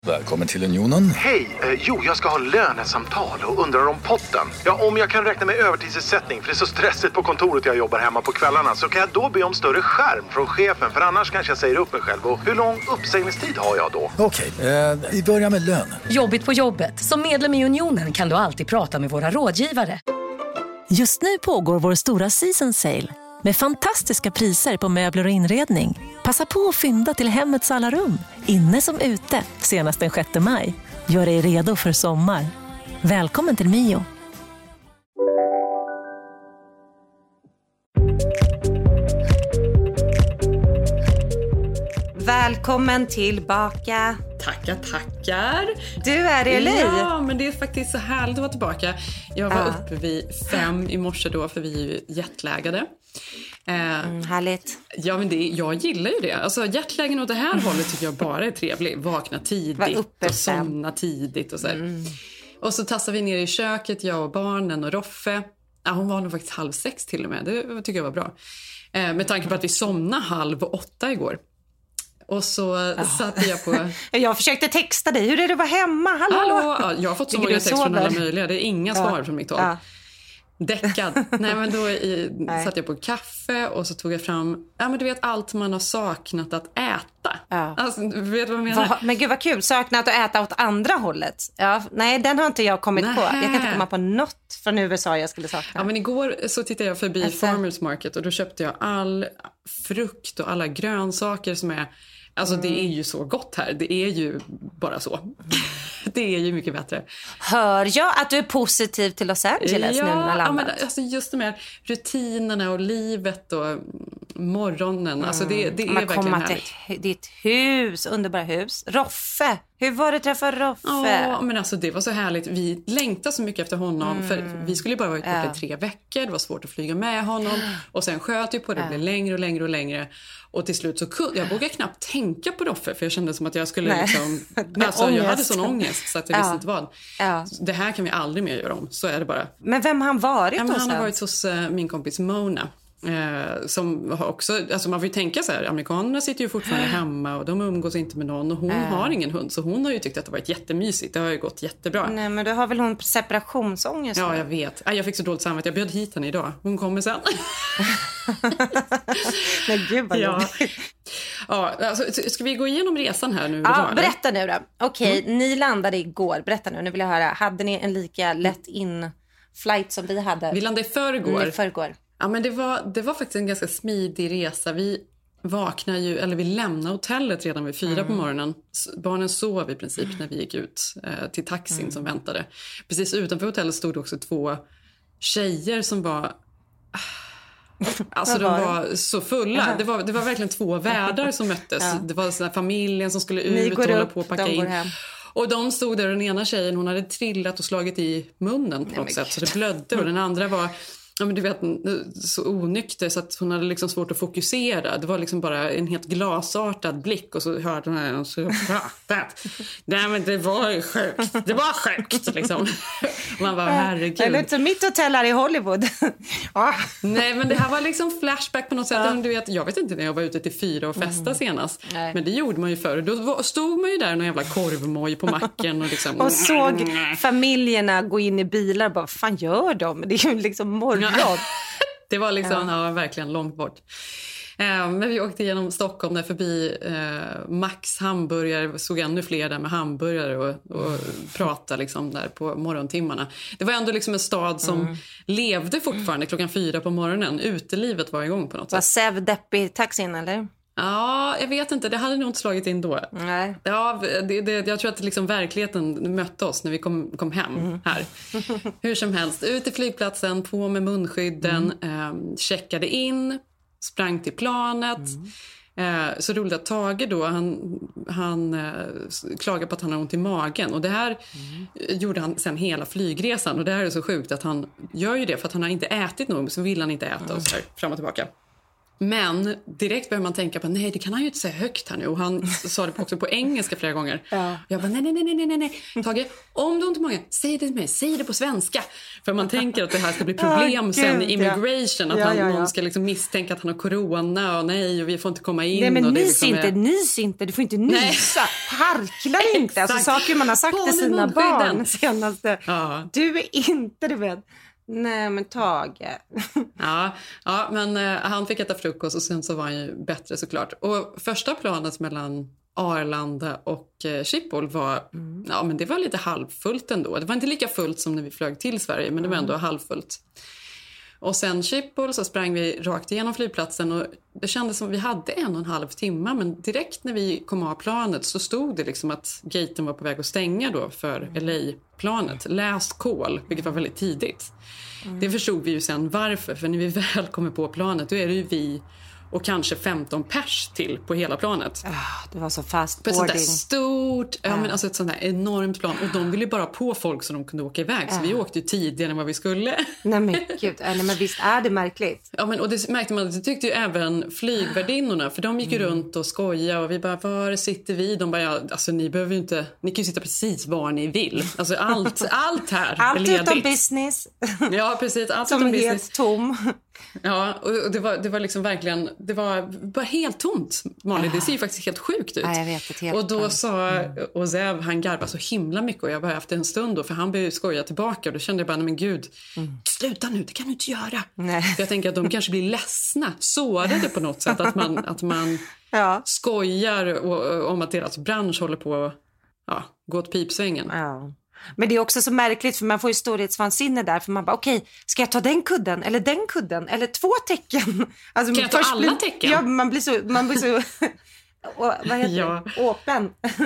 Välkommen till Unionen. Hej, jag ska ha lönesamtal och undrar om potten. Ja, om jag kan räkna med övertidsersättning för det är så stressigt på kontoret jag jobbar hemma på kvällarna, så kan jag då be om större skärm från chefen, för annars kanske jag säger upp mig själv. Och hur lång uppsägningstid har jag då? Okej, vi börjar med lön. Jobbigt på jobbet. Som medlem i Unionen kan du alltid prata med våra rådgivare. Just nu pågår vår stora season sale med fantastiska priser på möbler och inredning. Passa på att fynda till hemmets alla rum, inne som ute, senast den 6 maj. Gör dig redo för sommar. Välkommen till Mio. Välkommen tillbaka. Tackar. Du är i LA. Ja, men det är faktiskt så härligt att vara tillbaka. Jag var uppe vid 5 i morse då, för vi är ju jetlaggade. Härligt. Ja, men jag gillar ju det. Alltså jetlagen åt det här hållet tycker jag bara är trevlig. Vakna tidigt och somna tidigt och så här. Och så tassar vi ner i köket, jag och barnen och Roffe. Ja, hon var nog faktiskt 7:30 till och med. Det tycker jag var bra. Med tanke på att vi somnade 7:30 igår. Och så satt jag på... Jag försökte texta dig. Hur är det att vara hemma? Hallå? Ja, jag har fått så många text från alla möjliga. Det är inga svar från mitt håll. Ja. Däckad. Nej, men då satt jag på kaffe och så tog jag fram, ja men du vet allt man har saknat att äta. Ja. Alltså, du vet vad jag menar? Men gud vad kul, saknat att äta åt andra hållet. Ja, nej, den har inte jag kommit på. Jag kan inte komma på något från USA jag skulle sakna. Ja, men igår så tittade jag förbi Farmers Market och då köpte jag all frukt och alla grönsaker som är... Alltså det är ju så gott här. Det är ju bara så. Det är ju mycket bättre. Hör jag att du är positiv till Los Angeles nu när ja, men alltså just de här rutinerna och livet och morgonen. Alltså det är verkligen härligt. Till ditt hus, underbara hus. Roffe, hur var det att träffa Roffe? Ja, men alltså det var så härligt. Vi längtade så mycket efter honom. För vi skulle bara varit borta i 3 veckor. Det var svårt att flyga med honom. Och sen sköt ju på det. Det blev längre och längre och längre. Och till slut så jag vågade knappt tänka på Roffe. För jag kände som att jag skulle liksom... Alltså jag hade sån ångest så att jag visste inte vad. Ja. Det här kan vi aldrig mer göra om. Så är det bara. Men vem har han varit hos? Han har varit hos min kompis Mona. Som har också, alltså man får ju tänka så här, amerikanerna sitter ju fortfarande hemma och de umgås inte med någon och hon har ingen hund, så hon har ju tyckt att det varit jättemysigt, det har ju gått jättebra. Nej, men då har väl hon separationsångest? Ja, jag vet. Jag fick så dåligt samvete, jag bjöd hit henne idag, hon kommer sen. Men gud vad Ja, alltså, ska vi gå igenom resan här nu? Ja, berätta nu då. Okej, ni landade igår, berätta nu vill jag höra. Hade ni en lika lätt in-flight som vi hade? Vi landade i förrgår. Ja, men det var faktiskt en ganska smidig resa. Vi vaknade ju, eller vi lämnade hotellet redan vid 4 på morgonen. Barnen sov i princip när vi gick ut till taxin som väntade. Precis utanför hotellet stod också 2 tjejer som var... Alltså de var så fulla. Det var verkligen 2 värdar som möttes. Det var sån här familjen som skulle ut och hålla på och packa in. Och de stod där och den ena tjejen, hon hade trillat och slagit i munnen på något sätt. Så det blödde och den andra var... Ja, men du vet, så onykter så att hon hade liksom svårt att fokusera. Det var liksom bara en helt glasartad blick och så hörde hon här och så pratat. Nej, men det var sjukt. Det var sjukt liksom. Man var herregud. Det är inte mitt hotell här i Hollywood. Nej, men det här var liksom flashback på något sätt. Du vet, jag vet inte när jag var ute till 4 och festa senast. Nej. Men det gjorde man ju förr. Då stod man ju där någon jävla korvmoj på macken och liksom... och såg familjerna gå in i bilar och bara, vad fan gör de? Det är ju liksom morgon. Det var liksom verkligen långt bort. Men vi åkte genom Stockholm där förbi Max hamburgare. Såg ännu fler där med hamburgare och pratade liksom där på morgontimmarna. Det var ändå liksom en stad som levde fortfarande 4 på morgonen. Utelivet var igång på något sätt. Var Sev deppig taxin eller? Ja, jag vet inte. Det hade nog inte slagit in då. Nej. Ja, jag tror att liksom verkligheten mötte oss när vi kom hem här. Hur som helst, ut i flygplatsen, på med munskydden, checkade in, sprang till planet. Så roligt att Tage då, han klagade på att han har ont i magen. Och det här gjorde han sen hela flygresan. Och det här är så sjukt att han gör ju det för att han har inte ätit nog, så vill han inte äta och så här, fram och tillbaka. Men direkt börjar man tänka på, nej det kan han ju inte säga högt här nu. Och han sa det också på engelska flera gånger. Ja. Jag bara, nej. Tage, om du inte många, säg det till mig, säg det på svenska. För man tänker att det här ska bli problem sen i immigration. Att någon ska liksom misstänka att han har corona och nej, och vi får inte komma in. Nej, men och nys inte, du får inte nysa. Harklar inte, alltså saker man har sagt till sina barn senaste. Ja. Du är inte, du vet. Nej, men Tage. Ja, men han fick äta frukost och sen så var han ju bättre såklart. Och första planet mellan Arlanda och Schiphol var, ja men det var lite halvfullt ändå. Det var inte lika fullt som när vi flög till Sverige, men det var ändå halvfullt. Och sen Schiphol så sprang vi rakt igenom flygplatsen och det kändes som att vi hade 1,5 timme. Men direkt när vi kom av planet så stod det liksom att gaten var på väg att stänga då för LA-planet. Last call, vilket var väldigt tidigt. Det förstod vi ju sen varför. För när vi väl kommer på planet då är det ju vi och kanske 15 pers till på hela planet. Det var så fast boarding. Ett sånt där stort, men alltså ett sånt där enormt plan. Och de ville bara på folk så de kunde åka iväg. Så vi åkte ju tidigare än vad vi skulle. Nej men gud, nej, men visst är det märkligt. Ja, men och det märkte man, det tyckte ju även flygvärdinnorna. För de gick ju runt och skojade och vi bara, var sitter vi? De bara, alltså ni behöver ju inte, ni kan ju sitta precis var ni vill. Alltså allt här allt är ledigt. Utom business. Ja, precis, allt som utom är business. Helt tom. Ja, och det var liksom verkligen, det var bara helt tomt, Malin. Det ser ju faktiskt helt sjukt ut. Ja, jag vet, helt och då sa Ozev, han garvade så himla mycket och jag bara efter en stund då, för han började skoja tillbaka och då kände jag bara, nej men gud, sluta nu, det kan du inte göra. Nej. För jag tänker att de kanske blir ledsna, sårade på något sätt, att man skojar om att deras bransch håller på att gå åt pipsvängen. Ja. Men det är också så märkligt för man får ju storhetsvansinne där för man bara okej, ska jag ta den kudden eller 2 tecken? Alltså, kan jag ta alla tecken? Ja, man blir så vad heter det? Öppen.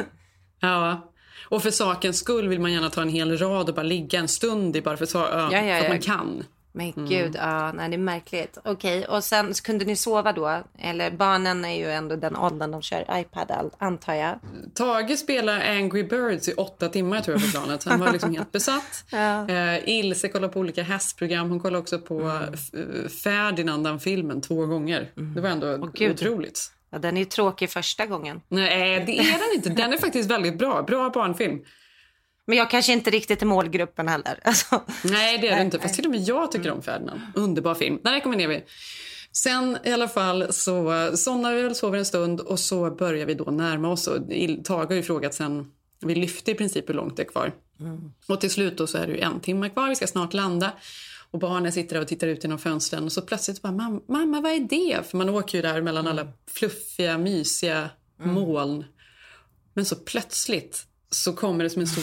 Ja. Och för sakens skull vill man gärna ta en hel rad och bara ligga en stund i bara för att man kan. Men gud, nej, det är märkligt. Okej, och sen kunde ni sova då? Eller barnen är ju ändå den åldern de kör iPad, antar jag. Tage spelar Angry Birds i 8 timmar tror jag på planet. Han var liksom helt besatt. Ilse kollar på olika hästprogram. Hon kollar också på Ferdinand-filmen 2 gånger. Det var ändå otroligt. Ja, den är ju tråkig första gången. Nej, det är den inte. Den är faktiskt väldigt bra. Bra barnfilm. Men jag kanske inte riktigt är målgruppen heller. Alltså. Nej, det är det inte. Fast till och med jag tycker om Ferdinand. Underbar film. Där rekommenderar vi. Sen i alla fall så somnar vi och sover en stund. Och så börjar vi då närma oss. Och Tage har ju frågat sen. Vi lyfte i princip hur långt det är kvar. Och till slut då så är det ju 1 timme kvar. Vi ska snart landa. Och barnen sitter där och tittar ut genom fönstren. Och så plötsligt bara, mamma vad är det? För man åker ju där mellan alla fluffiga, mysiga moln. Men så plötsligt så kommer det som en stor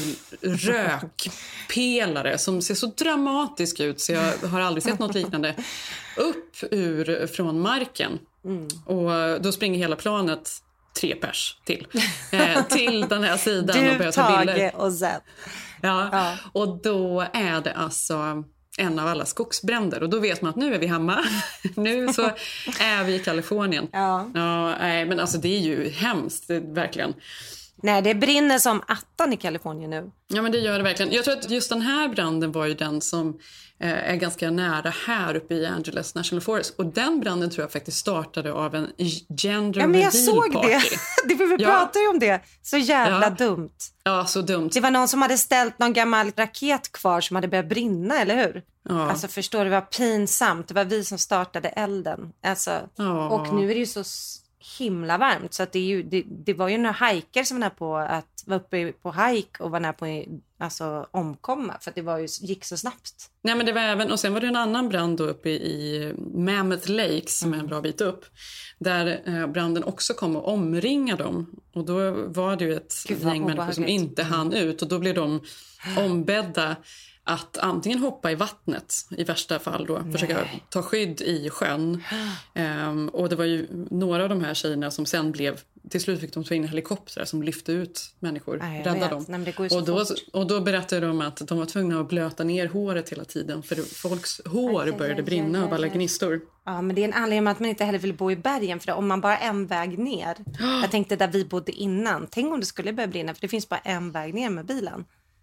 rökpelare som ser så dramatisk ut så jag har aldrig sett något liknande upp från marken. Och då springer hela planet 3 pers till den här sidan och börjar ta bilder. Tage och Zed. Ja, och då är det alltså en av alla skogsbränder och då vet man att nu är vi hemma. Nu så är vi i Kalifornien. Nej, men alltså det är ju hemskt, verkligen. Nej, det brinner som attan i Kalifornien nu. Ja, men det gör det verkligen. Jag tror att just den här branden var ju den som är ganska nära här uppe i Angeles National Forest. Och den branden tror jag faktiskt startade av en gender reveal party. Jag såg det. Vi pratar ju om det. Så jävla dumt. Ja, så dumt. Det var någon som hade ställt någon gammal raket kvar som hade börjat brinna, eller hur? Ja. Alltså förstår du, det var pinsamt. Det var vi som startade elden. Alltså, och nu är det ju så himla varmt så att det var ju några hajkare som var på att vara uppe på hike och var nära på alltså omkomma för att det gick så snabbt. Nej, men det var även, och sen var det en annan brand då uppe i Mammoth Lake som är en bra bit upp där branden också kom och omringa dem och då var det ju ett gäng människor som inte hann ut och då blev de ombedda att antingen hoppa i vattnet i värsta fall då, försöka ta skydd i sjön. Och det var ju några av de här tjejerna som sen till slut fick de ta in helikoptrar som lyfte ut människor, rädda dem. Och då berättade de att de var tvungna att blöta ner håret hela tiden för folks hår började brinna av alla gnistor. Ja, men det är en anledning att man inte heller vill bo i bergen för om man bara en väg ner. Jag tänkte där vi bodde innan, tänk om det skulle börja brinna för det finns bara en väg ner med bilen.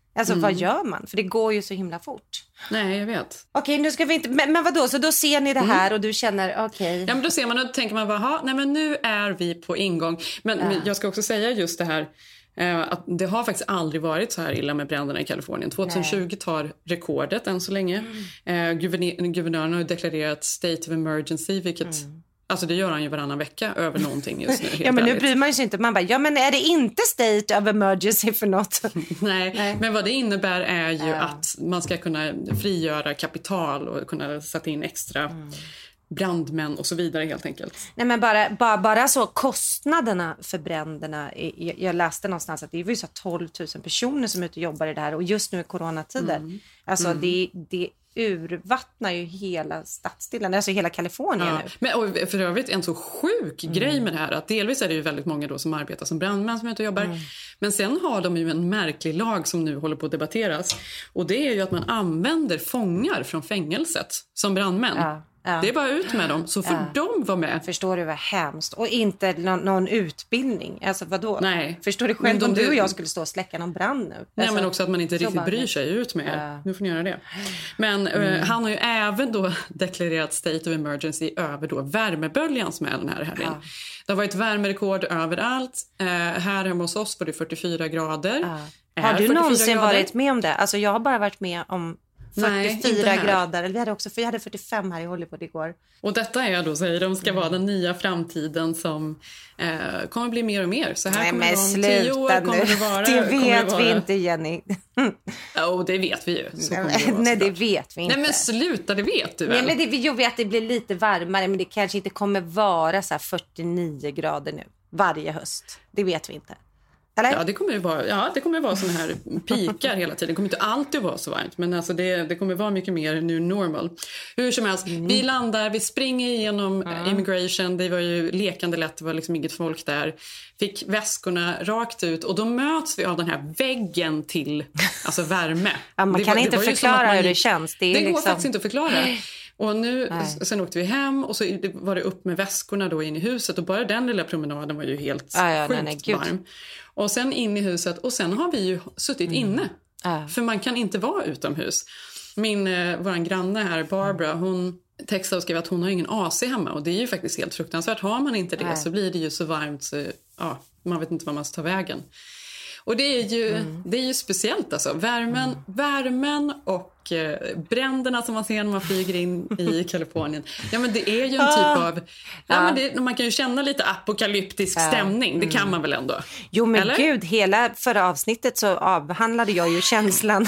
Alltså vad gör man? För det går ju så himla fort. Nej, jag vet. Okej, nu ska vi inte... Men vadå? Så då ser ni det här och du känner, okej. Ja, men då ser man och då tänker man bara, nej men nu är vi på ingång. Men jag ska också säga just det här, att det har faktiskt aldrig varit så här illa med bränderna i Kalifornien. 2020 tar rekordet än så länge. Guvernören har deklarerat state of emergency, vilket... Alltså det gör han ju varannan vecka över någonting just nu. Ja, men nu bryr man sig inte. Man bara, ja men är det inte state of emergency för något? Nej, men vad det innebär är ju att man ska kunna frigöra kapital och kunna sätta in extra brandmän och så vidare helt enkelt. Nej, men bara så kostnaderna för bränderna. Jag läste någonstans att det är ju så 12 000 personer som är ute och jobbar i det här. Och just nu i coronatider. Alltså det urvattnar ju hela stadsdelen, alltså hela Kalifornien nu. Men och för övrigt en så sjuk grej med det här, att delvis är det ju väldigt många då som arbetar som brandmän som är ute och jobbar. Men sen har de ju en märklig lag som nu håller på att debatteras. Och det är ju att man använder fångar från fängelset som brandmän. Ja. Det är bara ut med dem, så får de vara med. Förstår du vad hemskt? Och inte någon utbildning. Alltså vadå? Nej. Förstår du själv om du och jag skulle stå och släcka någon brand nu? Nej, alltså, men också att man inte riktigt bryr sig ut med er. Nu får ni göra det. Men han har ju även då deklarerat state of emergency över då värmeböljan som är den här helgen. Det har varit värmerekord överallt. Här hemma hos oss var det 44 grader. Har du någonsin varit med om det? Alltså jag har bara varit med om 44 grader. Eller vi hade 45 här i Hollywood igår. Och detta är då, säger de, ska vara den nya framtiden som kommer bli mer och mer. Så här kommer det om 10 år kommer det vara. Det vet vi inte, Jenny. Det vet vi ju. Nej, det vet vi inte. Nej, men sluta, det vet du väl? Nej, men jag vet att det blir lite varmare, men det kanske inte kommer vara så här 49 grader nu varje höst. Det vet vi inte. Eller? Ja, det kommer vara såna här pikar hela tiden. Det kommer inte alltid vara så varmt, men alltså det kommer vara mycket mer new normal. Hur som helst, vi landar, vi springer igenom immigration. Det var ju lekande lätt, det var liksom inget folk där. Fick väskorna rakt ut och då möts vi av den här väggen till alltså värme. Ja, man kan inte förklara hur det känns. Det går faktiskt inte att förklara. Och nu, sen åkte vi hem och så var det upp med väskorna då in i huset. Och bara den lilla promenaden var ju helt sjukt varm. Och sen in i huset och sen har vi ju suttit inne. För man kan inte vara utomhus. Våran granne här, Barbara, hon textade och skrev att hon har ingen AC hemma. Och det är ju faktiskt helt fruktansvärt. Har man inte det så blir det ju så varmt så man vet inte vad man ska ta vägen. Och det är ju speciellt alltså. Värmen och bränderna som man ser när man flyger in i Kalifornien. Ja, men det är ju en typ av... man kan ju känna lite apokalyptisk stämning. Det kan man väl ändå? Jo, men eller? Gud, hela förra avsnittet så avhandlade jag ju känslan.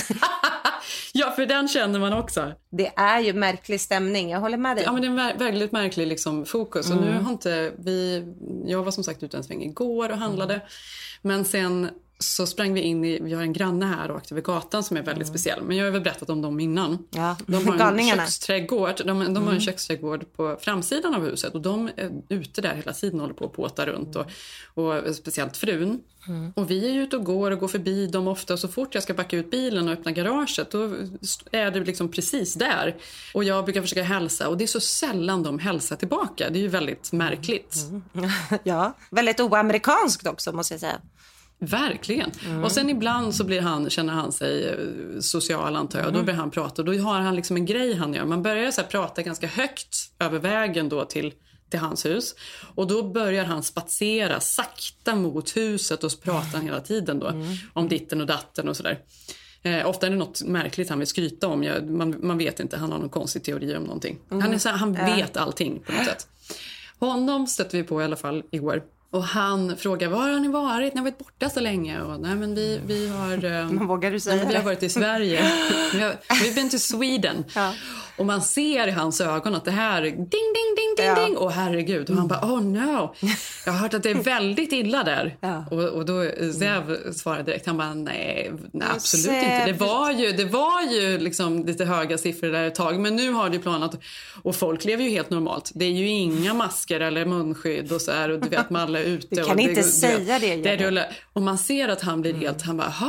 Ja, för den känner man också. Det är ju märklig stämning, jag håller med dig. Ja, men det är en väldigt märklig liksom, fokus. Och nu har inte jag var som sagt ute en sväng igår och handlade. Men sen så sprang vi in vi har en granne här och åkte över gatan som är väldigt speciell. Men jag har väl berättat om dem innan. Ja. De har en köksträdgård. De har en köksträdgård på framsidan av huset. Och de är ute där hela tiden och håller på att påta runt. Och speciellt frun. Och vi är ute och går förbi dem ofta. Och så fort jag ska backa ut bilen och öppna garaget, då är det liksom precis där. Och jag brukar försöka hälsa. Och det är så sällan de hälsar tillbaka. Det är ju väldigt märkligt. Ja, väldigt oamerikanskt också måste jag säga. Verkligen. Och sen ibland så känner han sig social, antar jag. Då börjar han prata och då har han liksom en grej han gör. Man börjar så här prata ganska högt över vägen då till hans hus. Och då börjar han spatsera sakta mot huset och så pratar han hela tiden då om ditten och datten och sådär. Ofta är det något märkligt han vill skryta om. Man vet inte, han har någon konstig teori om någonting. Han vet allting på något sätt. Honom stötte vi på i alla fall igår. Och han frågar, var har ni varit? Ni har varit borta så länge. Och, nej, men vi har... vågar du säga vi har varit i Sverige. We've been to Sweden. Ja. Och man ser i hans ögon att det här... Ding, ding, ding, ding, ding. Och herregud. Och han bara, oh no. Jag har hört att det är väldigt illa där. Ja. Och då Zev svarade direkt. Han bara, nej absolut inte. Det var ju liksom lite höga siffror där ett tag. Men nu har det planat. Och folk lever ju helt normalt. Det är ju inga masker eller munskydd och så här. Och du vet, man alla är ute. Du kan inte säga det. Och man ser att han blir helt... Han bara,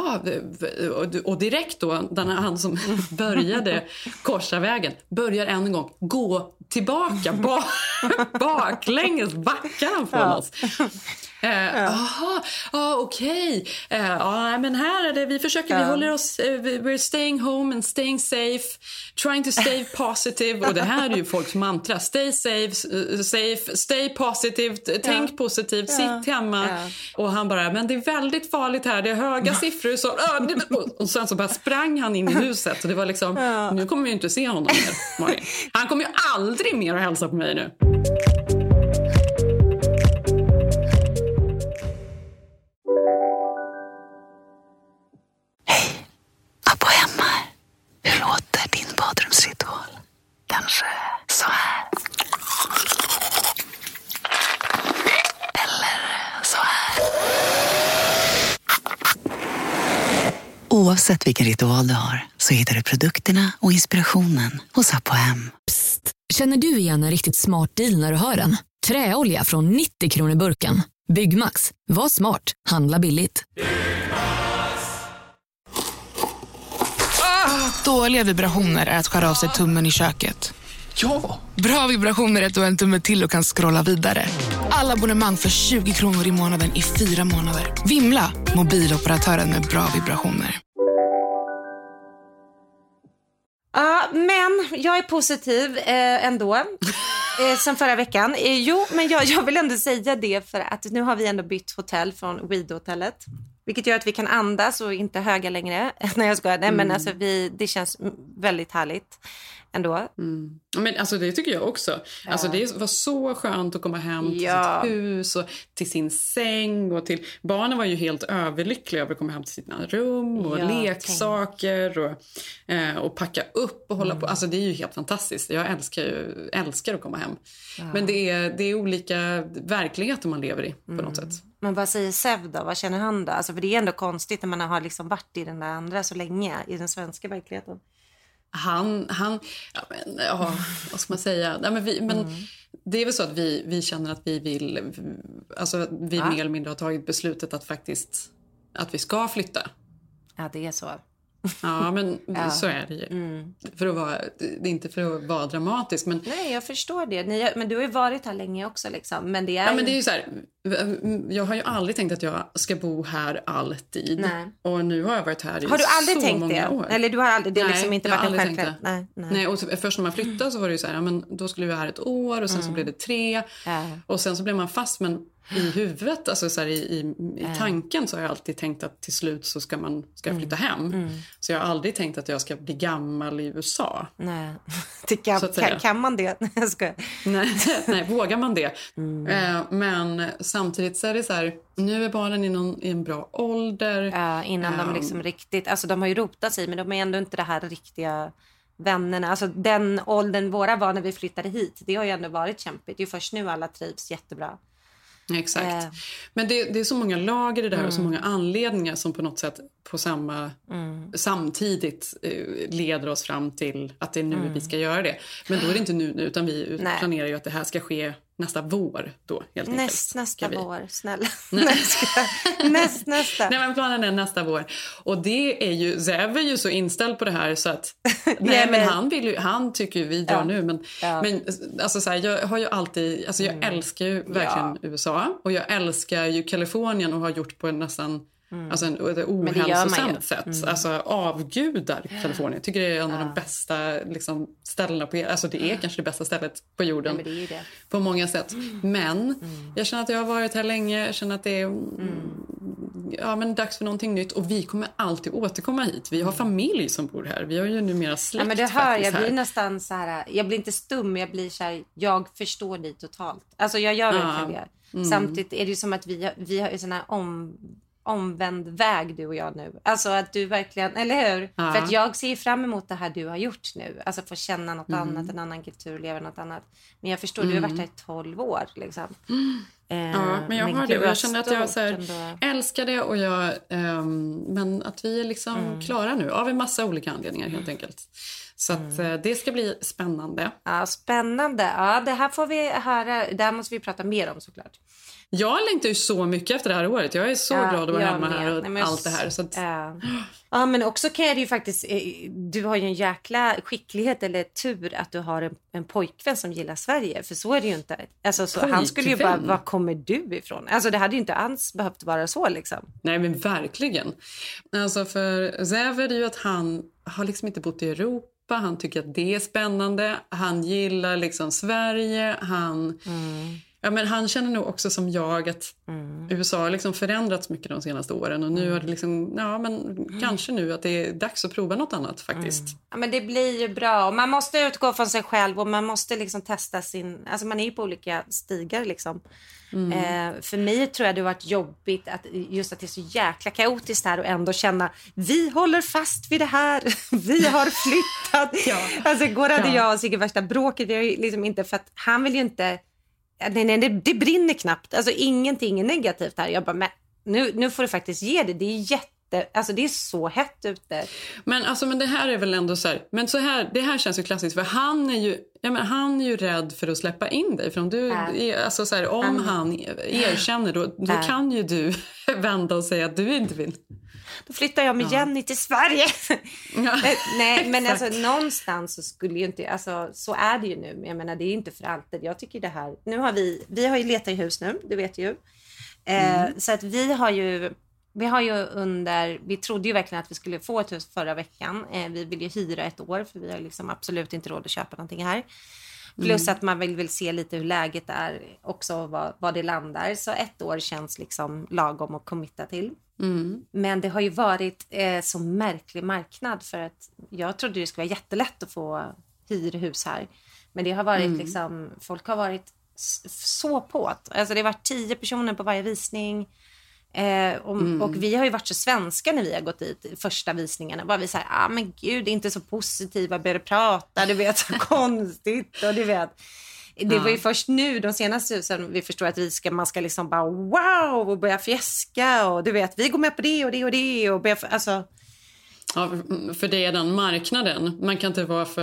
och direkt då, han som började korsa vägen, börjar en gång gå tillbaka baklänges, backar han från oss. Okej. Men här är det, vi försöker, vi håller oss, we're staying home and staying safe, trying to stay positive. Och det här är ju folks mantra. Stay safe, stay positive, tänk positivt, sitt hemma. Och han bara, men det är väldigt farligt här, det är höga siffror. Så, och sen så bara sprang han in i huset. Och det var liksom, nu kommer vi inte se honom mer, Malin. Han kommer ju aldrig mer att hälsa på mig nu. Abbo hemma. Hur låter din badrumsritual? Kanske så här. Eller så här. Oavsett vilken ritual du har så hittar du produkterna och inspirationen hos Abbo Hem. Psst, känner du igen en riktigt smart deal när du hör den? Träolja från 90 kronor burken. Byggmax, var smart, handla billigt. Dåliga vibrationer är att skära av sig tummen i köket. Ja! Bra vibrationer är att du har en tumme till och kan scrolla vidare. Alla abonnemang för 20 kronor i månaden i 4 månader. Vimla, mobiloperatören med bra vibrationer. Ja, men jag är positiv ändå. Sen förra veckan. Men jag vill ändå säga det, för att nu har vi ändå bytt hotell från Weed-hotellet. Vilket gör att vi kan andas och inte höga längre. Nej, jag skojar. Nej, men alltså det känns väldigt härligt ändå. Men alltså det tycker jag också. Alltså det var så skönt att komma hem till sitt hus och till sin säng och till... Barnen var ju helt överlyckliga över att komma hem till sina rum och leksaker och packa upp och hålla på. Alltså det är ju helt fantastiskt. Jag älskar att komma hem. Men det är olika verkligheter man lever i på något sätt. Men vad säger Sev då? Vad känner han då? Alltså för det är ändå konstigt när man har liksom varit i den där andra så länge, i den svenska verkligheten. Vad ska man säga? Nej, men det är väl så att vi känner att vi vill, alltså vi mer eller mindre har tagit beslutet att faktiskt, att vi ska flytta. Ja, det är så. Ja, men så är det ju. Det är inte för att vara dramatisk, men... Nej, jag förstår det. Men du har ju varit här länge också liksom. Men det är men det är ju så här, jag har ju aldrig tänkt att jag ska bo här alltid. Nej. Och nu har jag varit här i så många år. Har du aldrig tänkt det? År. Eller du har aldrig, det har liksom inte varit en självklart. Nej, och först när man flyttade så var det ju så här, men då skulle vi vara här ett år och sen så blev det 3. Och sen så blev man fast, men i huvudet, alltså så här, i tanken så har jag alltid tänkt att till slut så ska jag flytta hem. Så jag har aldrig tänkt att jag ska bli gammal i USA. Nej. Kan man det? Jag ska. Nej, vågar man det? Men samtidigt så är det så här, nu är barnen i en bra ålder. Innan de liksom riktigt, alltså de har ju rotat sig, men de är ändå inte det här riktiga vännerna. Alltså den åldern våra var när vi flyttade hit, det har ju ändå varit kämpigt. Det är ju först nu alla trivs jättebra. Exakt. Men det är så många lager i det här och så många anledningar som på något sätt på samtidigt leder oss fram till att det är nu vi ska göra det. Men då är det inte nu utan vi planerar ju att det här ska ske nästa vår då, helt enkelt. Nästa vår, snälla. Nästa. Nej, men planen är nästa vår. Och det är ju, Zev är ju så inställd på det här så att han tycker ju vi drar nu. Men alltså så här, jag har ju alltid, alltså jag älskar ju verkligen USA. Och jag älskar ju Kalifornien och har gjort på en nästan alltså ett ohälsosamt sätt. Alltså avgudar Kalifornien. Jag tycker det är en av de bästa liksom, ställena på, alltså det är kanske det bästa stället på jorden. Men det är ju det. På många sätt. Men jag känner att jag har varit här länge. Jag känner att det är men dags för någonting nytt. Och vi kommer alltid återkomma hit. Vi har familj som bor här. Vi har ju numera släkt men det faktiskt jag blir nästan så här, jag blir inte stum, jag blir så här, jag förstår dig totalt. Alltså jag gör verkligen det. Samtidigt är det ju som att vi har ju sån här omvänd väg, du och jag nu. Alltså att du verkligen, eller hur? För att jag ser fram emot det här du har gjort nu. Alltså få känna något annat, en annan kultur, leva något annat. Men jag förstår, du har varit här i 12 år liksom. Men jag har det och jag känner att jag så här, älskar det och jag men att vi är liksom klara nu av en massa olika anledningar helt enkelt. Så att det ska bli spännande. Ja, spännande. Ja, det här får vi höra, det här måste vi prata mer om såklart. Jag längtar ju så mycket efter det här året. Jag är så glad att vara hemma här och allt det här. Så att... Ja, men också kan jag ju faktiskt... Du har ju en jäkla skicklighet eller tur att du har en pojkvän som gillar Sverige. För så är det ju inte. Alltså, så han skulle ju bara, var kommer du ifrån? Alltså det hade ju inte alls behövt vara så liksom. Nej, men verkligen. Alltså för Zev är det ju att han har liksom inte bott i Europa. Han tycker att det är spännande. Han gillar liksom Sverige. Ja, men han känner nog också som jag att USA har liksom förändrats mycket de senaste åren. Och nu har det liksom, kanske nu att det är dags att prova något annat faktiskt. Ja, men det blir ju bra. Och man måste utgå från sig själv och man måste liksom testa sin... Alltså man är ju på olika stigar liksom. För mig tror jag det har varit jobbigt att just att det är så jäkla kaotiskt här och ändå känna vi håller fast vid det här. Vi har flyttat. Alltså igår hade jag och Sigge värsta bråket. Det är ju liksom inte för att han vill ju inte... Nej, det brinner knappt. Alltså ingenting är negativt här. Jag bara, men nu får du faktiskt ge det. Det är alltså det är så hett ute. Men det här är väl ändå så här. Men så här, det här känns ju klassiskt. För han är ju rädd för att släppa in dig. För om du, alltså så här, om han erkänner då kan ju du vända och säga att du inte vill. Då flyttar jag med Jenny till Sverige. Nej, men alltså någonstans så skulle ju inte, alltså så är det ju nu. Jag menar det är ju inte för alltid. Jag tycker det här, nu har vi har ju letat i hus nu, det vet ju. Så att vi har ju vi trodde ju verkligen att vi skulle få ett hus förra veckan. Vi vill ju hyra ett år för vi har liksom absolut inte råd att köpa någonting här. Plus att man vill se lite hur läget är också, vad det landar. Så ett år känns liksom lagom att committa till. Men det har ju varit så märklig marknad för att jag trodde det skulle vara jättelätt att få hyrhus här. Men det har varit liksom, folk har varit så på. Alltså det har varit 10 personer på varje visning. Och vi har ju varit så svenska när vi har gått dit första visningarna. Var vi så här, men gud, det är inte så positiva, började prata, du vet, så konstigt och du vet. Det var ju först nu, de senaste husen, vi förstår att man ska liksom bara wow och börja fjäska och du vet, vi går med på det och det och det och börja, alltså. Ja, för det är den marknaden. Man kan inte vara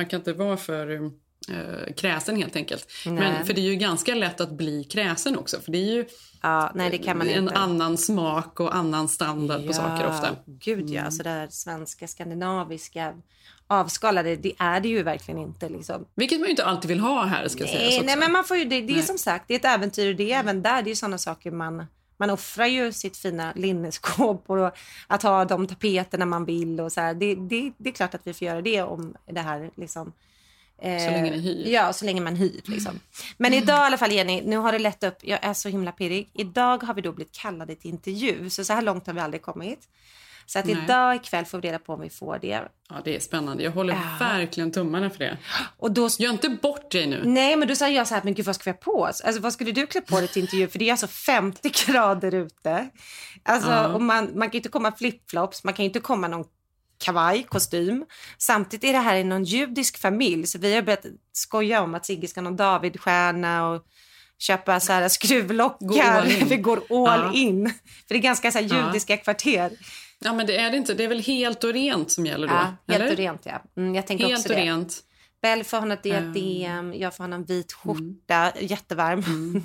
för kräsen helt enkelt. Men för det är ju ganska lätt att bli kräsen också. För det är ju det kan man en inte. Annan smak och annan standard på saker ofta. Gud ja, alltså det här svenska, skandinaviska avskalade, det är det ju verkligen inte liksom. Vilket man ju inte alltid vill ha här, ska sägas också. Nej, men man får ju, det är som sagt, det är ett äventyr och det är även där, det är ju sådana saker man offrar ju sitt fina linneskåp och att ha de tapeterna man vill och så här. Det är klart att vi får göra det om det här liksom. Så länge ni hyr. Ja, så länge man hyr liksom. Men idag i alla fall, Jenny, nu har det lätt upp. Jag är så himla pirrig. Idag har vi då blivit kallade till intervju. Så här långt har vi aldrig kommit. Så att idag ikväll får vi reda på om vi får det. Ja, det är spännande. Jag håller verkligen tummarna för det. Och då... Gör inte bort dig nu. Nej, men då sa jag så här, men gud, vad ska vi ha på oss? Alltså, vad skulle du klä på dig till intervju? För det är alltså 50 grader ute. Alltså, och man kan ju inte komma flipflops. Man kan ju inte komma någon kavaj, kostym. Samtidigt är det här någon judisk familj. Så vi har börjat skoja om att Sigge ska någon Davidstjärna och köpa så här skruvlockar. Vi går all in. För det är ganska så här judiska kvarter. Ja, men det är det inte. Det är väl helt och rent som gäller då? Ja, helt och rent, ja. Jag tänker helt också och det. Rent. Bell får han ett diadem, jag får han en vit skjorta, jättevarm.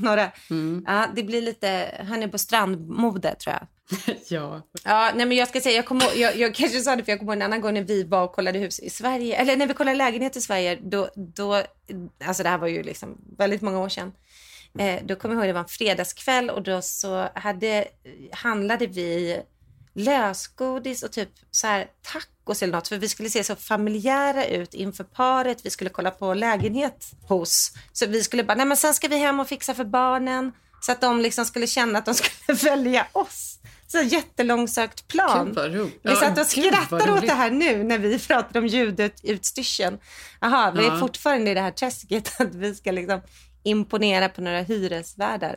Ja, det blir lite, han är på strandmode tror jag. Ja, nej men jag ska säga, jag kanske sa det för jag kommer ihåg en annan gång när vi var och kollade hus i Sverige, eller när vi kollade lägenhet i Sverige, då alltså det här var ju liksom väldigt många år sedan. Då kommer jag ihåg det var en fredagskväll och då så handlade vi lösgodis och typ så här tacos eller något, för vi skulle se så familjära ut inför paret, vi skulle kolla på lägenhet hos, så vi skulle bara, nej men sen ska vi hem och fixa för barnen så att de liksom skulle känna att de skulle välja oss. Så jättelångsökt plan. Vi satt och skrattade åt det här nu när vi pratade om ljudet utstyrseln. Jaha, vi är fortfarande i det här träsket att vi ska liksom imponera på några hyresvärdar.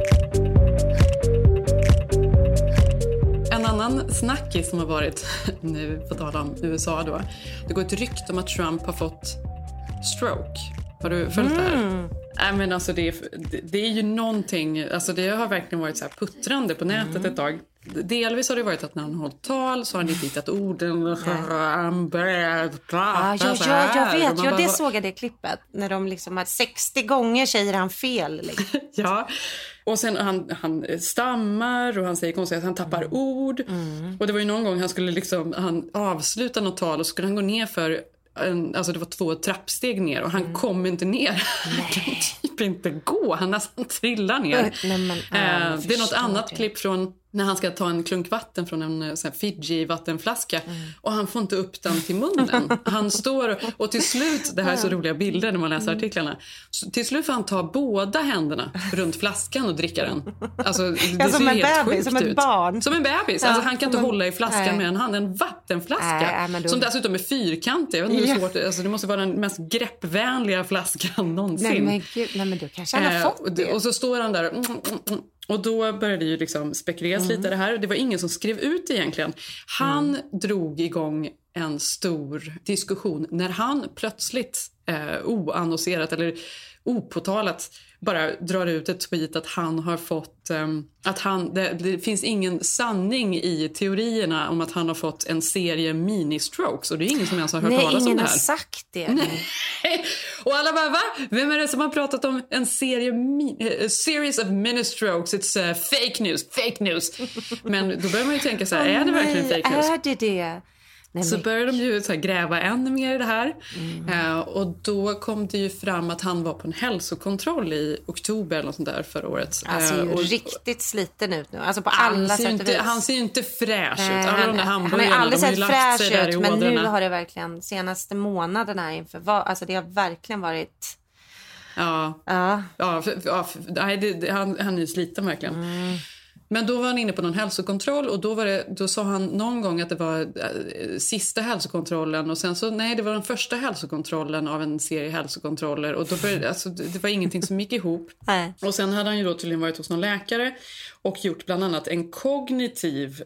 En annan snackis som har varit nu på tal om USA då. Det går ett rykte om att Trump har fått stroke. Har du följt det här? Nej, men alltså det är ju någonting, alltså det har verkligen varit så här puttrande på nätet ett tag. Delvis har det varit att när han hållit tal så har han inte hittat orden. Jag vet. Det såg jag det klippet. När de liksom har 60 gånger säger han fel. Liksom. Ja, och sen han stammar och han säger konstigt att han tappar ord. Och det var ju någon gång han skulle han avsluta något tal och skulle han gå ner för alltså det var 2 trappsteg ner och han kom inte ner. Han kan typ inte gå. Han nästan trillar ner. Det är något annat klipp från när han ska ta en klunk vatten från en sån här Fiji-vattenflaska och han får inte upp den till munnen. Han står och till slut, det här är så roliga bilder när man läser artiklarna, så till slut får han ta båda händerna runt flaskan och dricka den. Alltså det ser som en helt bebis, sjukt som ett barn. Som en bebis. Alltså han kan inte hålla i flaskan med en hand. En vattenflaska som dessutom är fyrkantig. Jag vet inte hur svårt, alltså det måste vara den mest greppvänliga flaskan någonsin. Nej men då kanske han har fått det. Och så står han där och då började ju liksom spekuleras lite det här. Det var ingen som skrev ut egentligen. Han drog igång en stor diskussion när han plötsligt oannonserat eller opåtalat bara drar ut ett tweet att han har fått det finns ingen sanning i teorierna om att han har fått en serie mini-strokes och det är ingen som ens har hört talas om det här. Nej, ingen har sagt det. Och alla bara, va? Vem är det som har pratat om en series of mini-strokes? It's fake news. Men då börjar man ju tänka så här, är det verkligen fake news? Är det? Nej, så började de ju så här gräva ännu mer i det här. Och då kom det ju fram att han var på en hälsokontroll i oktober eller något sånt där förra året. Alltså ju riktigt sliten ut nu. Alltså på alla sätt och vis. Han ser ju inte fräsch ut. Alla de där hamburgarna, han har aldrig sett fräsch ut, men nu har det verkligen senaste månaderna inför alltså det har verkligen varit. Han är ju sliten verkligen. Men då var han inne på någon hälsokontroll och då sa han någon gång att det var sista hälsokontrollen och sen så det var den första hälsokontrollen av en serie hälsokontroller och då började, alltså, det var ingenting som gick ihop. Och sen hade han ju då tydligen varit hos någon läkare och gjort bland annat en kognitiv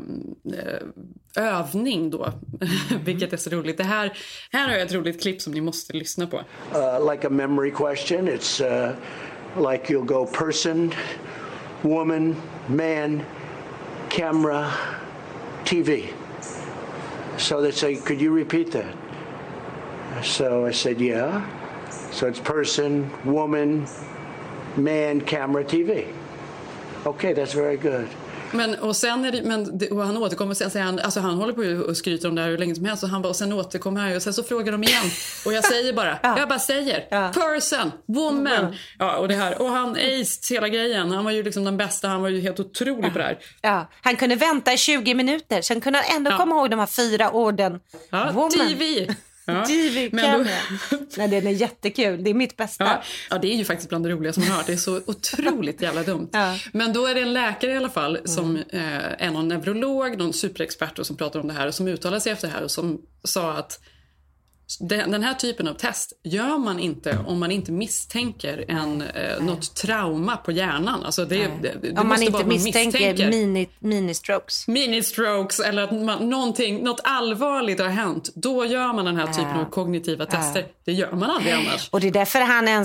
övning då, vilket är så roligt. Här har jag ett roligt klipp som ni måste lyssna på. Like a memory question, it's like you'll go person, woman, man, camera, TV. So they say, could you repeat that? So I said, yeah. So it's person, woman, man, camera, TV. Okay, that's very good. Och han återkommer och sen säger han, alltså han håller på och skryter om det här hur länge som helst och sen återkommer han och sen så frågar de igen och jag säger bara, person, woman, och det här, och han aced hela grejen, han var ju liksom den bästa, han var ju helt otrolig på det här. Han kunde vänta i 20 minuter, sen kunde han ändå komma ihåg de här 4 orden. TV. Nej, den är jättekul. Det är mitt bästa. Ja, det är ju faktiskt bland det roliga som man har hört. Det är så otroligt jävla dumt. Men då är det en läkare i alla fall som är någon neurolog, någon superexpert och som pratar om det här och som uttalar sig efter det här och som sa att den här typen av test gör man inte om man inte misstänker något trauma på hjärnan. Alltså det om man inte misstänker mini-strokes. Mini-strokes eller att något allvarligt har hänt. Då gör man den här typen av kognitiva tester. Det gör man aldrig annars. Och det är därför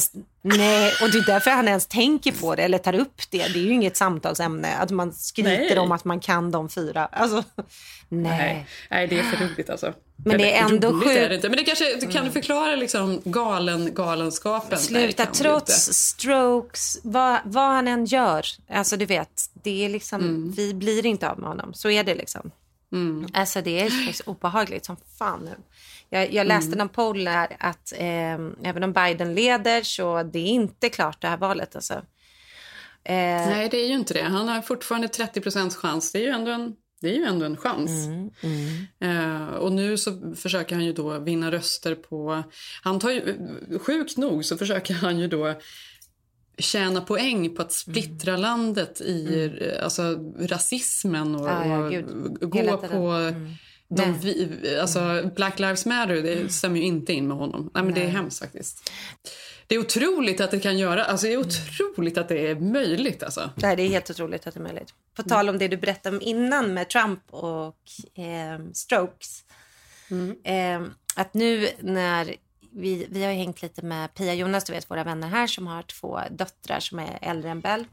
han ens tänker på det eller tar upp det. Det är ju inget samtalsämne att man skryter om att man kan de 4. Alltså, nej, det är för roligt alltså. Men det är ändå sjukt. Men det kanske kan du förklara liksom galenskapen. Sluta, trots strokes, vad han än gör. Alltså du vet, det är liksom, vi blir inte av med honom. Så är det liksom. Alltså det är faktiskt obehagligt som fan nu. Jag läste någon poll där att även om Biden leder så det är inte klart det här valet alltså. Nej, det är ju inte det. Han har fortfarande 30% chans. Det är ju ändå en chans. Och nu så försöker han ju då vinna röster på... Han tar ju, sjukt nog så försöker han ju då tjäna poäng på att splittra landet i alltså, rasismen och gå på... alltså Black Lives Matter, det stämmer ju inte in med honom. Nej, men det är hemskt faktiskt. Det är otroligt att det kan göra. Alltså det är otroligt att det är möjligt alltså. Nej, det är helt otroligt att det är möjligt. På tal om det du berättade om innan med Trump och strokes. Att nu när vi har hängt lite med Pia och Jonas, du vet, våra vänner här som har 2 döttrar som är äldre än Bell.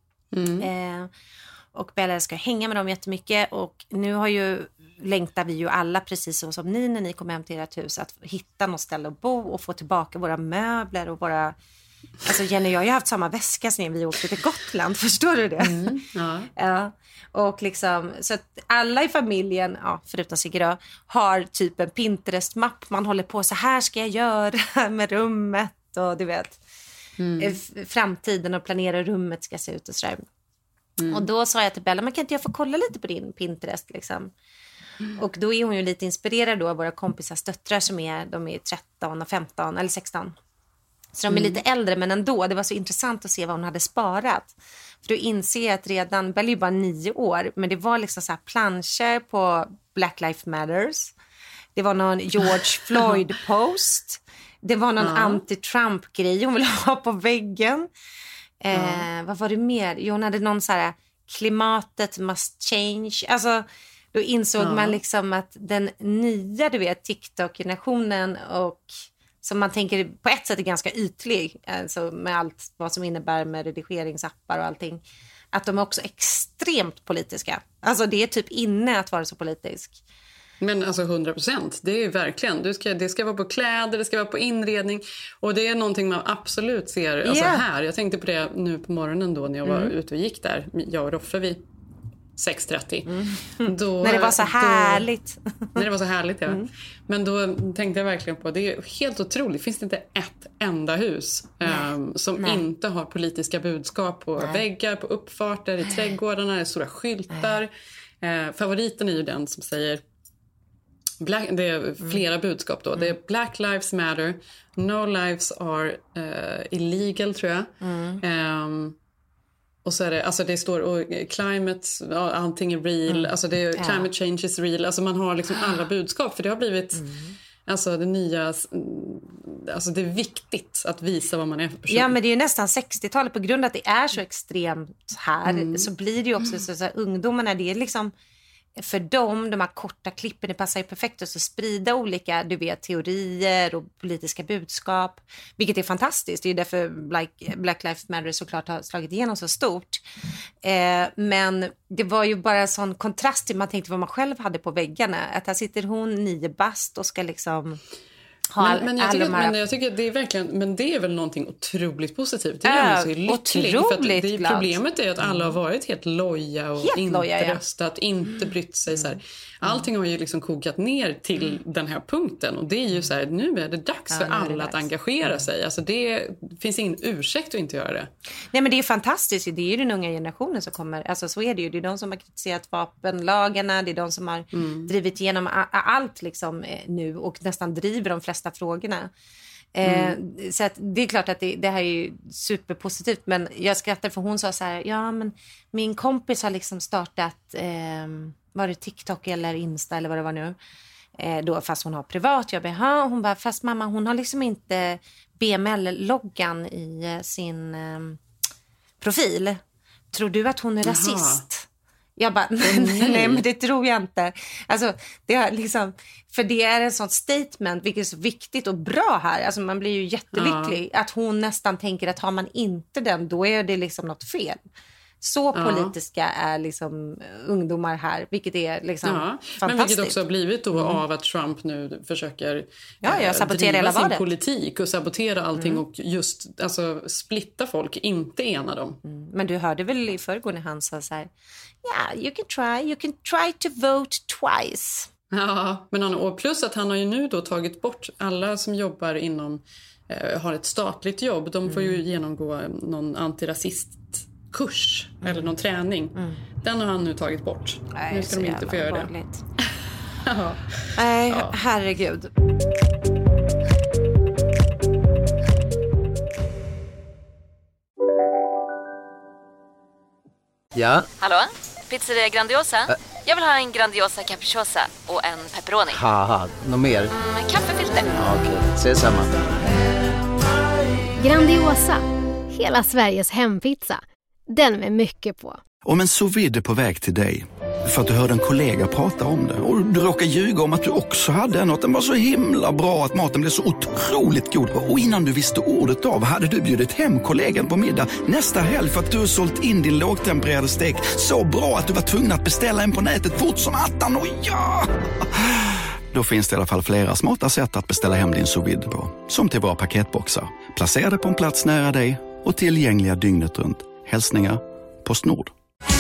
Och Bella ska hänga med dem jättemycket. Och nu längtar vi ju alla, precis så som ni när ni kommer hem till ert hus, att hitta något ställe att bo och få tillbaka våra möbler och våra... Alltså Jenny, jag har ju haft samma väska sen vi åkte till Gotland, förstår du det? Ja. Och liksom, så att alla i familjen, förutom Sigge då, har typ en Pinterest-mapp. Man håller på, så här ska jag göra med rummet och du vet, framtiden och planera hur rummet ska se ut och sådär. Och då sa jag till Bella, men kan inte jag få kolla lite på din Pinterest liksom? Och då är hon ju lite inspirerad då av våra kompisars döttrar som de är 13 och 15 eller 16. Så de är lite äldre, men ändå, det var så intressant att se vad hon hade sparat. För då inser jag att redan, Bella är bara 9 år, men det var liksom så här planscher på Black Lives Matters. Det var någon George Floyd-post. Det var någon anti-Trump-grej hon ville ha på väggen. Vad var det mer? Jo, hon hade någon så här, klimatet must change. Alltså, då insåg man liksom att den nya, du vet, TikTok-generationen och... som man tänker på ett sätt är ganska ytlig, alltså med allt vad som innebär med redigeringsappar och allting, att de är också extremt politiska. Alltså det är typ inne att vara så politisk. Men alltså 100%, det är verkligen, det ska vara på kläder, det ska vara på inredning, och det är någonting man absolut ser alltså här. Jag tänkte på det nu på morgonen då när jag var ute och gick där, jag och Roffe vid 6:30. Då, när det var så härligt. När det var så härligt, ja. Men då tänkte jag verkligen på, det är helt otroligt, finns det inte ett enda hus som inte har politiska budskap på väggar, på uppfarter, i trädgårdarna, i stora skyltar. Favoriten är ju den som säger det är flera budskap då. Det är Black Lives Matter, No Lives Are Illegal, tror jag. Och så är det, alltså det står och climate, allting är real, alltså det är climate change is real, alltså man har liksom alla budskap, för det har blivit alltså det nya, alltså det är viktigt att visa vad man är för person. Ja, men det är ju nästan 60-talet, på grund av att det är så extremt här, så blir det ju också så här, ungdomarna, det är liksom för dem, de här korta klippen, det passar ju perfekt att sprida olika, du vet, teorier och politiska budskap, vilket är fantastiskt. Det är ju därför Black Lives Matter såklart har slagit igenom så stort. Men det var ju bara en sån kontrast till, man tänkte vad man själv hade på väggarna, att här sitter hon 9 bast och ska liksom... Men jag tycker det är verkligen, men det är väl någonting otroligt positivt. Det är så lyckligt, för att problemet är att alla har varit helt loja och helt inte röstat, inte brytt sig så här. Allting har ju liksom kokat ner till den här punkten, och det är ju så här, nu är det dags för alla att engagera sig. Alltså det finns ingen ursäkt att inte göra det. Nej, men det är fantastiskt. Det är ju den unga generationen som kommer, alltså så är det ju. Det är de som har kritiserat vapenlagarna, det är de som har drivit igenom allt liksom nu, och nästan driver de flesta frågorna. Så att det är klart att det här är ju superpositivt, men jag skrattar för hon sa så här, ja men min kompis har liksom startat var det TikTok eller Insta eller vad det var nu, då, fast hon har privat jobb. Hon bara, fast mamma, hon har liksom inte BML-loggan i sin profil. Tror du att hon är rasist? Jag bara, nej, men det tror jag inte. Alltså, det är liksom, för det är en sån statement, vilket är så viktigt och bra här. Alltså, man blir ju jättelycklig att hon nästan tänker att har man inte den, då är det liksom något fel. Så politiska är liksom ungdomar här, vilket är liksom fantastiskt. Men vilket också har blivit då av att Trump nu försöker driva sin politik och sabotera allting och just alltså, splitta folk, inte ena dem. Men du hörde väl i förrgår när han sa så här, you can try to vote twice. Ja, men och plus att han har ju nu då tagit bort alla som jobbar inom, har ett statligt jobb, de får ju genomgå någon antirasistkurs eller någon träning. Den har han nu tagit bort. Nej, nu ska de inte få göra det. Nej, herregud. Ja? Hallå? Pizzeria Grandiosa? Jag vill ha en Grandiosa capriciosa och en pepperoni. Haha, något mer? Kaffefilter. Ja, okej, ses samma. Grandiosa, hela Sveriges hempizza. Den med mycket på. Om en sous vide är på väg till dig, För att du hörde en kollega prata om det. Och du råkade ljuga om att du också hade en och att den var så himla bra att maten blev så otroligt god. Och innan du visste ordet av hade du bjudit hem kollegan på middag nästa helg för att du sålt in din lågtempererade stek så bra att du var tvungen att beställa en på nätet fort som attan. Och ja! Då finns det i alla fall flera smarta sätt att beställa hem din sous vide på. Som till våra paketboxar. Placerade på en plats nära dig och tillgängliga dygnet runt. Hälsningar Postnord.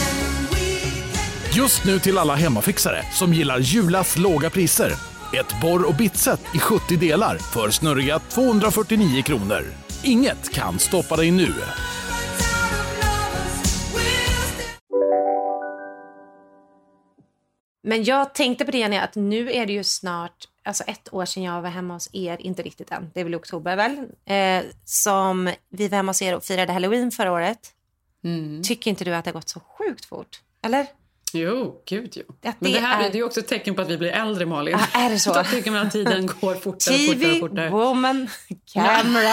Just nu till alla hemmafixare som gillar Julas låga priser. Ett borr- och bitset i 70 delar för snurriga 249 kronor. Inget kan stoppa dig nu. Men jag tänkte på det, Jenny, att nu är det ju snart, alltså 1 år sedan jag var hemma hos er, inte riktigt än, det är väl i oktober väl, som vi var hemma hos er och firade Halloween förra året. Tycker inte du att det har gått så sjukt fort, eller? Jo, gud jo. Men det här är ju också ett tecken på att vi blir äldre, Malin. Ja, är det så? Då tycker man att tiden går fortare. TV, woman, camera.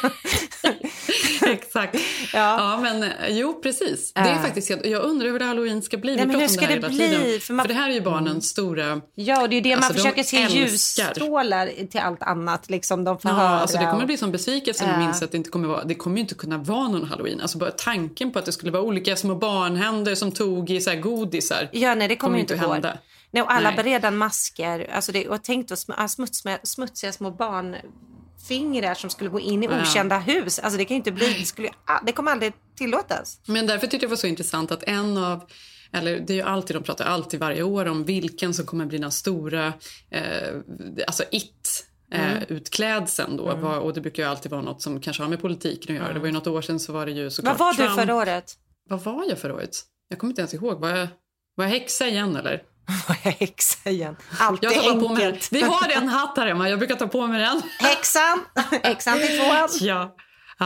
Exakt. Ja, men jo, precis. Det är faktiskt, jag undrar hur det Halloween ska bli. Nej, men hur ska det bli? För det här är ju barnens stora... Ja, och det är det man försöker se älskar. ljusstrålar till allt annat. Liksom, de får ja, höra. Alltså det kommer bli som besvikelse när de minns att det inte kommer vara... Det kommer ju inte kunna vara någon Halloween. Alltså bara tanken på att det skulle vara olika små barnhänder som tog i så här godisar. Ja, nej, det kommer inte gå. hända. Nej, och alla beredan masker. Alltså det, och tänk då smutsiga små barnfingrar som skulle gå in i okända hus. Alltså det kan ju inte bli, det kommer aldrig tillåtas. Men därför tyckte jag det var så intressant att eller det är ju alltid, de pratar alltid varje år om vilken som kommer bli den stora, alltså utklädseln då. Och det brukar ju alltid vara något som kanske har med politiken att göra. Det var ju något år sedan så var det ju såklart Vad var Trump. du förra året? Vad var jag förra året? Jag kommer inte ens ihåg. Var jag häxa igen eller? Var jag häxa igen? Alltid enkelt. Vi har en hatt här hemma. Jag brukar ta på mig den. Häxan till 2. Ja.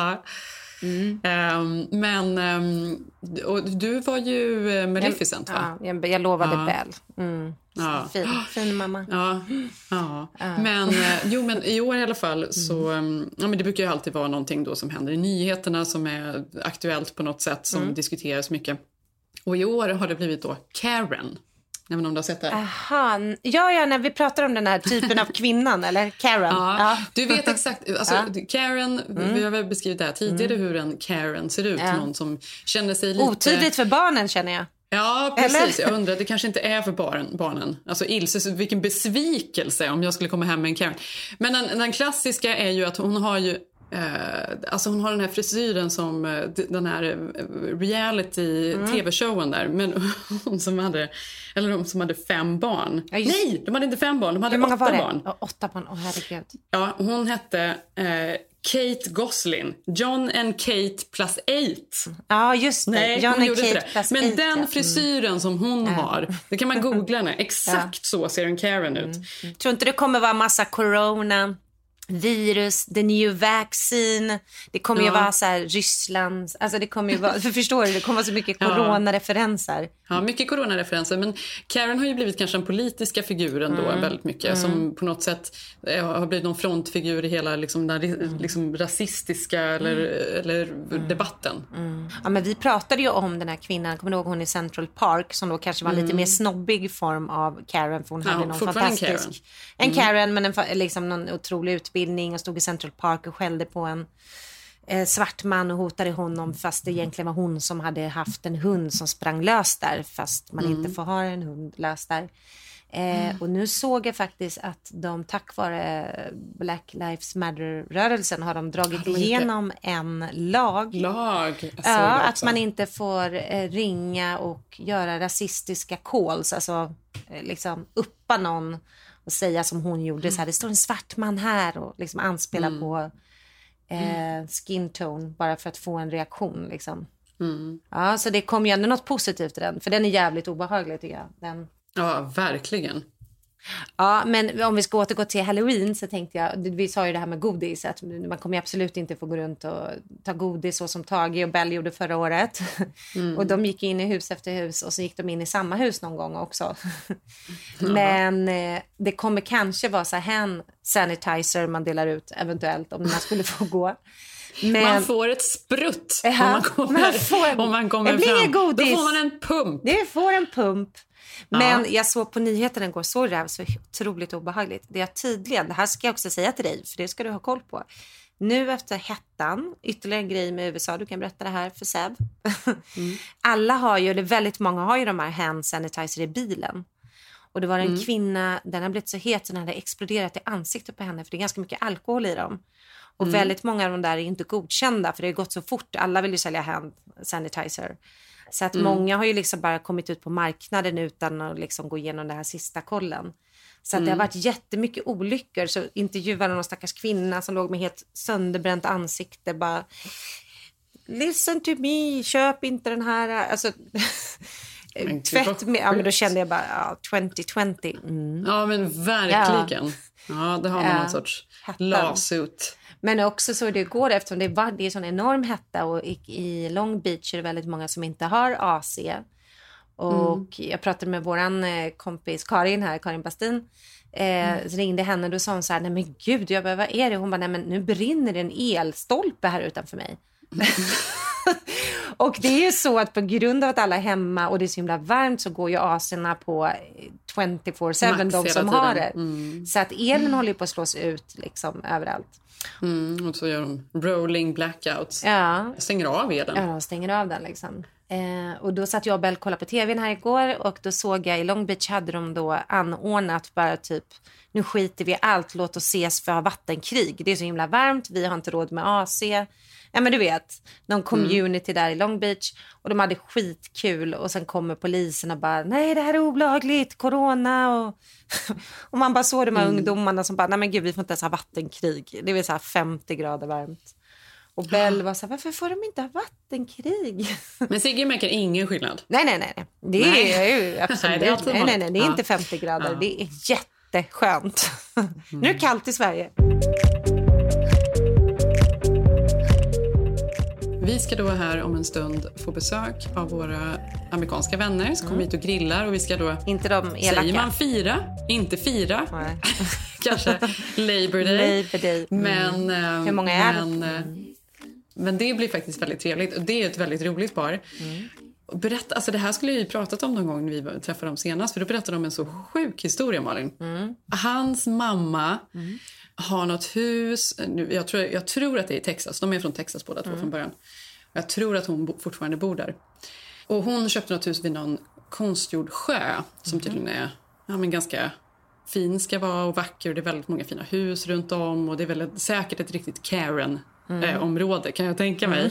Men och du var ju Maleficent, va? Ja, jag lovade Bell. Fin mamma. Ja. Men i år i alla fall så men det brukar ju alltid vara någonting då som händer i nyheterna som är aktuellt på något sätt som diskuteras mycket. Och i år har det blivit då Karen. Även om du har sett det. Aha. Ja, när vi pratar om den här typen av kvinnan, eller Karen. Ja. Du vet exakt, alltså Karen, vi har väl beskrivit det här tidigare hur en Karen ser ut. Någon som känner sig lite... Otydligt för barnen, känner jag. Ja, precis. Eller? Jag undrar, det kanske inte är för barnen. Alltså Ilse, vilken besvikelse om jag skulle komma hem med en Karen. Men den klassiska är ju att hon har ju alltså hon har den här frisyren som den här reality-tv-showen där. Men hon som hade 5 barn. Ja, Nej, de hade inte 5 barn, de hade 8 barn. 8 barn, herregud. Ja, hon hette Kate Gosselin. John and Kate plus 8. Ja, just det. Nej, John hon and gjorde Kate det. plus Men 8, den frisyren som hon har, det kan man googla henne. Exakt så ser en Karen ut. Tror inte det kommer vara massa corona, virus, the new vaccine. Det kommer ju vara så här Ryssland. Alltså det kommer ju vara, för förstår du, det kommer vara så mycket coronareferenser. Ja, mycket coronareferenser. Men Karen har ju blivit kanske den politiska figuren då väldigt mycket. Som på något sätt har blivit någon frontfigur i hela liksom, den liksom rasistiska eller debatten. Ja, men vi pratade ju om den här kvinnan, kommer du ihåg hon i Central Park, som då kanske var lite mer snobbig form av Karen, för hon hade någon fantastisk en Karen, men liksom någon otrolig utbildning och stod i Central Park och skällde på en svart man och hotade honom, fast det egentligen var hon som hade haft en hund som sprang lös där, fast man inte får ha en hund lös där. Och nu såg jag faktiskt att de tack vare Black Lives Matter-rörelsen har de dragit igenom en lag. Att man inte får ringa och göra rasistiska calls, alltså liksom uppa någon och säga som hon gjorde, så här, det står en svart man här, och liksom anspela på skin tone bara för att få en reaktion liksom. Ja, så det kom ju ändå något positivt i den, för den är jävligt obehaglig tycker jag. Ja, verkligen. Ja, men om vi ska återgå till Halloween så tänkte jag, vi sa ju det här med godis, att man kommer absolut inte få gå runt och ta godis så som Tage och Bell gjorde förra året. Och de gick in i hus efter hus och så gick de in i samma hus någon gång också. Men det kommer kanske vara så här hand sanitizer man delar ut eventuellt om man skulle få gå. Man får ett sprutt om man kommer det blir fram. Godis. Då får man en pump. Det får en pump. Men jag såg på nyheten igår, så det här var så otroligt obehagligt. Det är tydligen, det här ska jag också säga till dig, för det ska du ha koll på. Nu efter hettan, ytterligare en grej med USA, du kan berätta det här för Seb. Alla har ju, eller väldigt många har ju de här hand sanitizer i bilen. Och det var en kvinna, den har blivit så het så den hade exploderat i ansiktet på henne, för det är ganska mycket alkohol i dem. Och väldigt många av de där är inte godkända, för det har gått så fort. Alla vill ju sälja hand sanitizer. Så att många har ju liksom bara kommit ut på marknaden utan att liksom gå igenom den här sista kollen. Så att det har varit jättemycket olyckor. Så intervjuade någon stackars kvinna som låg med helt sönderbränt ansikte. Bara, listen to me, köp inte den här. Alltså, tvätt med, ja, men då kände jag bara, 2020. Ja, men verkligen. Ja, det har man någon sorts lasut. Men också så det går, eftersom det är sån enorm hetta, och i Long Beach är det väldigt många som inte har AC. Och jag pratade med våran kompis Karin Bastin. Så ringde henne och då sa hon så här, nej men gud, jag bara, vad är det? Hon bara, nej men nu brinner det en elstolpe här utanför mig. Och det är ju så att på grund av att alla är hemma och det är så himla varmt, så går ju AC:na på 24/7, de som har det. Så att elen håller på att slås ut liksom överallt. Och så gör de rolling blackouts. Stänger av elen. Ja, de stänger av den liksom. Och då satt jag och Bell kollade på tvn här igår, och då såg jag i Long Beach hade de då anordnat bara typ, nu skiter vi i allt, låt oss ses för vattenkrig. Det är så himla varmt, vi har inte råd med AC. Ja, men du vet, någon community där i Long Beach, och de hade skitkul, och sen kommer polisen och bara, nej det här är olagligt, corona, och man bara såg de här ungdomarna som bara, nej men gud, vi får inte ens ha vattenkrig, det är så här 50 grader varmt. Och Bell var så här, varför får de inte ha vattenkrig? Men Sigge märker ingen skillnad. Nej. Det är ju absolut, nej, det är inte 50 grader, det är jätteskönt. Nu är det kallt i Sverige. Vi ska då här om en stund få besök av våra amerikanska vänner som kommer hit och grillar, och vi ska då, inte de elaka. Säger man fira, inte fira. Kanske Labor Day. Men hur många är det? Men det blir faktiskt väldigt trevligt, och det är ett väldigt roligt par. Berätta, alltså det här skulle jag ju pratat om någon gång när vi träffade dem senast, för då berättade de en så sjuk historia, Malin. Hans mamma har något hus, jag tror att det är i Texas, de är från Texas båda två från början. Jag tror att hon fortfarande bor där. Och hon köpte något hus vid någon konstgjord sjö som tydligen är men ganska fin ska vara och vacker, och det är väldigt många fina hus runt om, och det är väl säkert ett riktigt Karen-område kan jag tänka mig.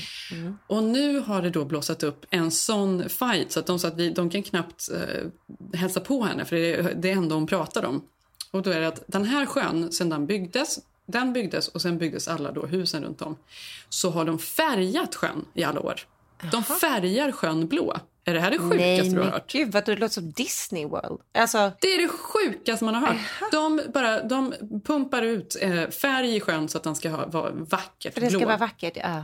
Och nu har det då blåsat upp en sån fight så att de sa att de kan knappt hälsa på henne, för det är det enda hon pratar om. Och då är det att den här sjön, sen den byggdes och sen byggdes alla då husen runt om, så har de färgat sjön i alla år. De färgar sjön blå. Är det här det sjukaste du har hört? Nej, gud, det låter som Disney World. Alltså... Det är det sjukaste man har hört. De pumpar ut färg i sjön så att den ska vara vackert blå. Det ska vara vackert, ja.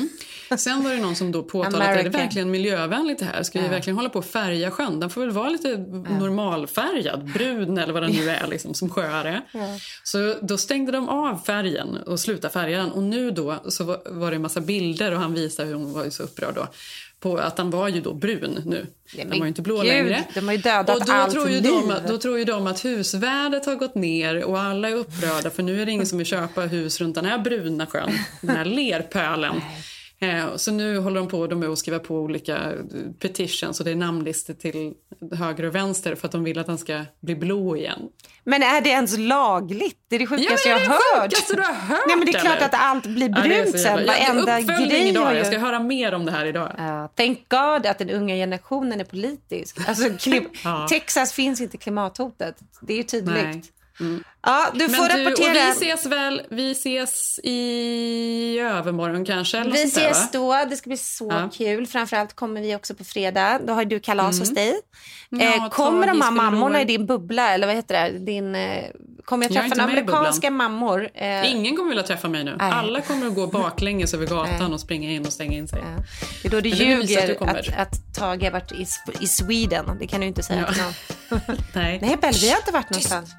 Sen var det någon som då påtalade att är det verkligen miljövänligt det här? Ska vi verkligen hålla på att färga sjön? Den får väl vara lite normalfärgad, brun eller vad den nu är liksom, som sjöar är. Så då stängde de av färgen och slutade färga den. Och nu då så var det en massa bilder, och han visade hur hon var så upprörd då. På att den var ju då brun nu. Den var ju inte blå längre. De har ju dödat och då allt tror ju liv. då tror ju de att husvärdet har gått ner, och alla är upprörda, för nu är det ingen som vill köpa hus runt den här bruna sjön, den här lerpölen. Så nu håller de på med att skriva på olika petitions, och det är namnlistor till höger och vänster för att de vill att den ska bli blå igen. Men är det ens lagligt? Det är det sjukaste jag har hört. Du har hört. Nej, men det är klart att allt blir brunt sen. Varenda grej idag. Jag ska höra mer om det här idag. Thank God att den unga generationen är politisk. Alltså, Texas finns inte klimathotet. Det är ju tydligt. Ja, du får rapportera. Vi ses i övermorgon kanske. Eller vi ses då, det ska bli så kul. Framförallt kommer vi också på fredag. Då har du kalas hos dig. Kommer de här mammorna i din bubbla, eller vad heter det? Kommer jag träffa amerikanska mammor? Ingen kommer vilja träffa mig nu. Alla kommer att gå baklänges över gatan och springa in och stänga in sig. Det är då du ljuger att Tage har varit i Sweden. Det kan du inte säga till någon. Nej, Belle, vi har inte varit någonstans.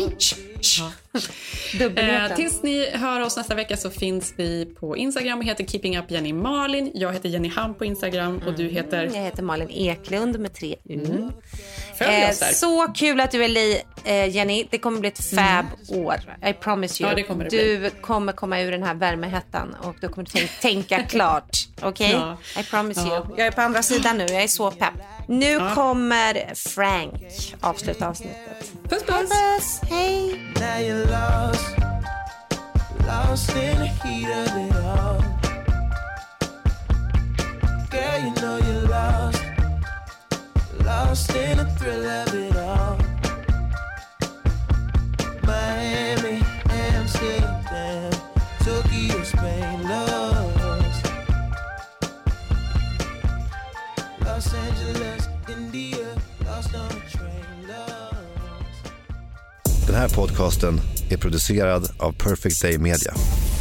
Tills ni hör oss nästa vecka så finns vi på Instagram och heter Keeping Up Jenny Malin. Jag heter Jenny Ham på Instagram och du heter? Jag heter Malin Eklund med 3 U. Så kul att du är Jenny. Det kommer bli ett fab-år. I promise you. Ja, det kommer det du kommer komma ur den här värmehettan och du kommer tänka klart. Okej? Ja. I promise you. Jag är på andra sidan nu. Jag är så pepp. Nu kommer Frank avsluta avsnittet. Puss, puss. Hej. Now you're lost in the heat of it all. Girl, you know you're lost in the thrill of it all. Miami, Amsterdam, Tokyo, Spain, lost. Los Angeles, India, lost on a train, lost. Den här podcasten är producerad av Perfect Day Media.